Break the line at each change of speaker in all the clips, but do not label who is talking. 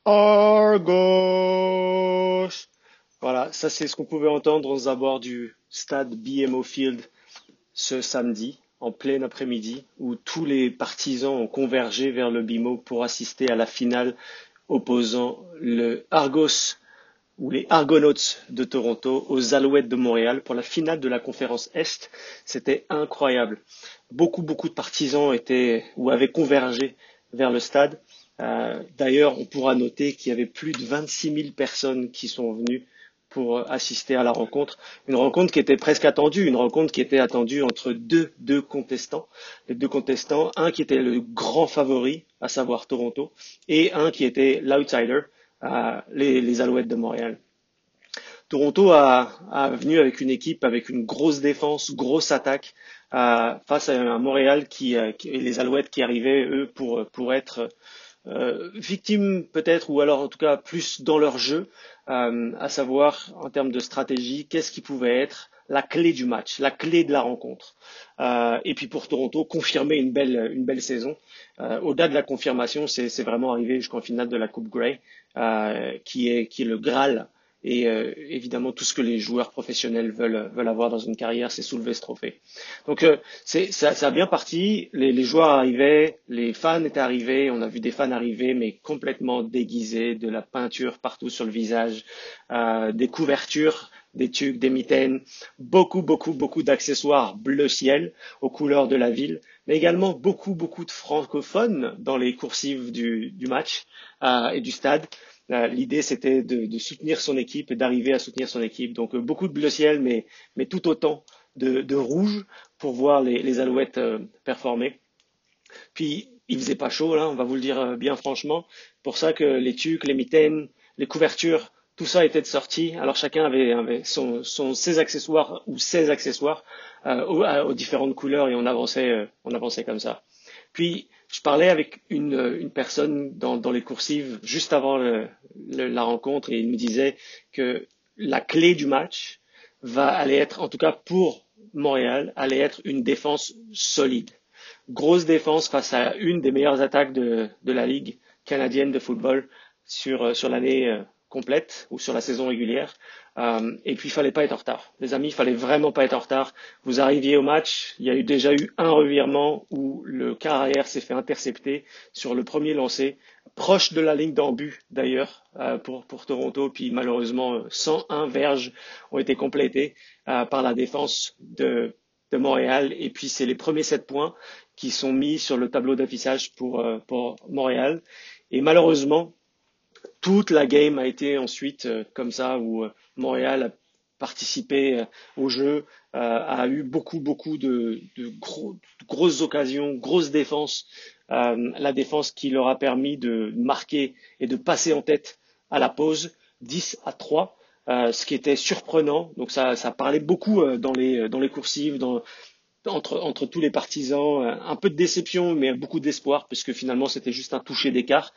Argos! Voilà, ça c'est ce qu'on pouvait entendre aux abords du stade BMO Field ce samedi, en plein après-midi, où tous les partisans ont convergé vers le BMO pour assister à la finale opposant le Argos ou les Argonauts de Toronto aux Alouettes de Montréal pour la finale de la conférence Est. C'était incroyable. Beaucoup de partisans étaient ou avaient convergé vers le stade. D'ailleurs, on pourra noter qu'il y avait plus de 26 000 personnes qui sont venues pour assister à la rencontre. Une rencontre qui était presque attendue, une rencontre qui était attendue entre deux contestants. Les deux contestants, un qui était le grand favori, à savoir Toronto, et un qui était l'outsider, les Alouettes de Montréal. Toronto a venu avec une équipe avec une grosse défense, grosse attaque face à un Montréal et les Alouettes qui arrivaient eux pour être victimes peut-être ou alors en tout cas plus dans leur jeu, à savoir en termes de stratégie, qu'est-ce qui pouvait être la clé du match, la clé de la rencontre. Et puis pour Toronto, confirmer une belle saison. Au-delà de la confirmation, c'est vraiment arrivé jusqu'en finale de la Coupe Grey, qui est le Graal et évidemment, tout ce que les joueurs professionnels veulent avoir dans une carrière, c'est soulever ce trophée. Donc, ça a bien parti. Les joueurs arrivaient, les fans étaient arrivés. On a vu des fans arriver, mais complètement déguisés, de la peinture partout sur le visage, des couvertures, des tuques, des mitaines, beaucoup d'accessoires bleu ciel aux couleurs de la ville, mais également beaucoup de francophones dans les coursives du match et du stade. L'idée, c'était de soutenir son équipe et d'arriver à soutenir son équipe. Donc, beaucoup de bleu ciel, mais tout autant de rouge pour voir les Alouettes performer. Puis, il faisait pas chaud, là, on va vous le dire bien franchement. Pour ça que les tuques, les mitaines, les couvertures, tout ça était de sortie. Alors, chacun avait ses accessoires ou ses accessoires aux différentes couleurs et on avançait comme ça. Puis, je parlais avec une personne dans les coursives juste avant la rencontre et il me disait que la clé du match allait être, en tout cas pour Montréal, allait être une défense solide. Grosse défense face à une des meilleures attaques de la Ligue canadienne de football sur l'année complète ou sur la saison régulière. Et puis, il fallait pas être en retard. Les amis, il fallait vraiment pas être en retard. Vous arriviez au match, il y a déjà eu un revirement où le quart arrière s'est fait intercepter sur le premier lancé, proche de la ligne d'en but d'ailleurs pour Toronto. Puis malheureusement, 101 verges ont été complétées par la défense de Montréal. Et puis, c'est les premiers 7 points qui sont mis sur le tableau d'affichage pour Montréal. Et malheureusement, toute la game a été ensuite comme ça où Montréal a participé au jeu, a eu beaucoup de grosses occasions, grosses défenses, la défense qui leur a permis de marquer et de passer en tête à la pause 10-3, ce qui était surprenant. Donc ça parlait beaucoup dans les coursives, entre tous les partisans, un peu de déception, mais beaucoup d'espoir, puisque finalement c'était juste un toucher d'écart.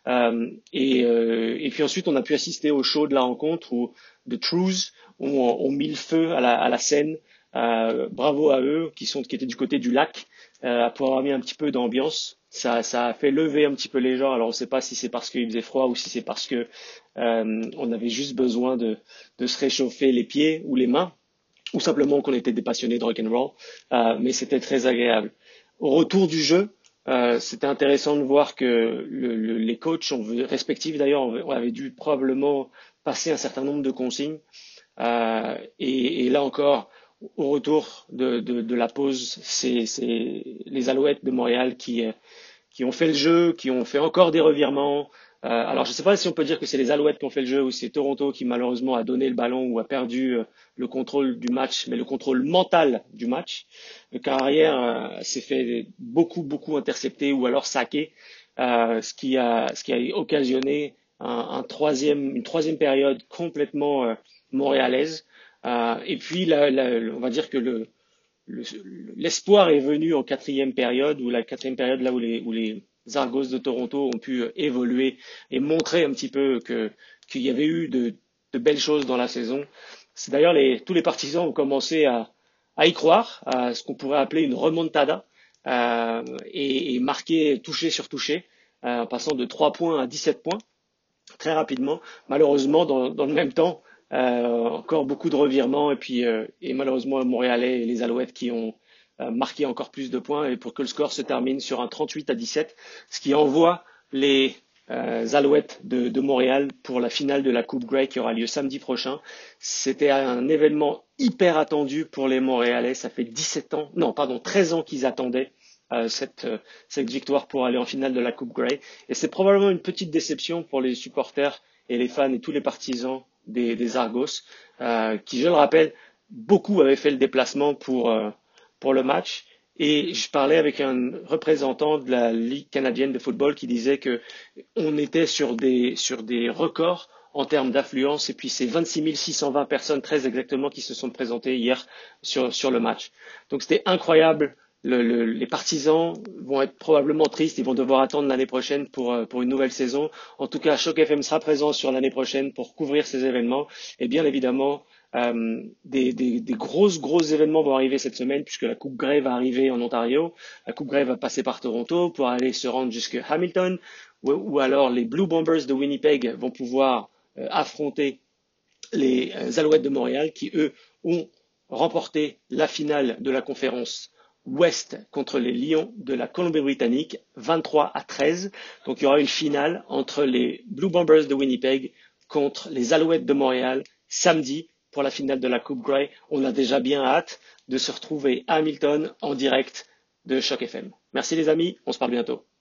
Et puis ensuite, on a pu assister au show de la rencontre où The Trues ont mis le feu à la scène. Bravo à eux qui étaient du côté du lac pour avoir mis un petit peu d'ambiance. Ça a fait lever un petit peu les gens. Alors on ne sait pas si c'est parce qu'il faisait froid ou si c'est parce que on avait juste besoin de se réchauffer les pieds ou les mains ou simplement qu'on était des passionnés de rock'n'roll, mais c'était très agréable. Au retour du jeu, c'était intéressant de voir que les coachs respectifs d'ailleurs avaient dû probablement passer un certain nombre de consignes. Et là encore, au retour de la pause, c'est les Alouettes de Montréal qui ont fait le jeu, qui ont fait encore des revirements. Alors, je ne sais pas si on peut dire que c'est les Alouettes qui ont fait le jeu ou c'est Toronto qui malheureusement a donné le ballon ou a perdu le contrôle du match, mais le contrôle mental du match. Le carrière s'est fait beaucoup intercepter ou alors saquer, ce qui a occasionné une troisième période complètement montréalaise. Et puis, on va dire que l'espoir est venu en quatrième période, ou la quatrième période là où les Argos de Toronto ont pu évoluer et montrer un petit peu qu'il y avait eu de belles choses dans la saison. C'est d'ailleurs tous les partisans ont commencé à y croire, à ce qu'on pourrait appeler une remontada, et marquer touché sur touché, en passant de 3 points à 17 points. très rapidement. Malheureusement, dans le même temps, encore beaucoup de revirements et malheureusement Montréalais et les Alouettes qui ont marqué encore plus de points et pour que le score se termine sur un 38-17, ce qui envoie les Alouettes de Montréal pour la finale de la Coupe Grey qui aura lieu samedi prochain. C'était un événement hyper attendu pour les Montréalais. Ça fait 17 ans, non, pardon, 13 ans qu'ils attendaient cette victoire pour aller en finale de la Coupe Grey. Et c'est probablement une petite déception pour les supporters et les fans et tous les partisans des Argos, qui, je le rappelle, beaucoup avaient fait le déplacement pour le match. Et je parlais avec un représentant de la Ligue canadienne de football qui disait que on était sur des records en termes d'affluence. Et puis c'est 26 620 personnes très exactement qui se sont présentées hier sur le match. Donc c'était incroyable. Les partisans vont être probablement tristes, ils vont devoir attendre l'année prochaine pour une nouvelle saison. En tout cas, Choc FM sera présent sur l'année prochaine pour couvrir ces événements. Et bien évidemment, des gros événements vont arriver cette semaine puisque la Coupe Grey va arriver en Ontario. La Coupe Grey va passer par Toronto pour aller se rendre jusqu'à Hamilton, ou alors les Blue Bombers de Winnipeg vont pouvoir affronter les Alouettes de Montréal qui, eux, ont remporté la finale de la conférence Ouest contre les Lions de la Colombie-Britannique, 23-13. Donc il y aura une finale entre les Blue Bombers de Winnipeg contre les Alouettes de Montréal samedi pour la finale de la Coupe Grey. On a déjà bien hâte de se retrouver à Hamilton en direct de Choc FM. Merci les amis, on se parle bientôt.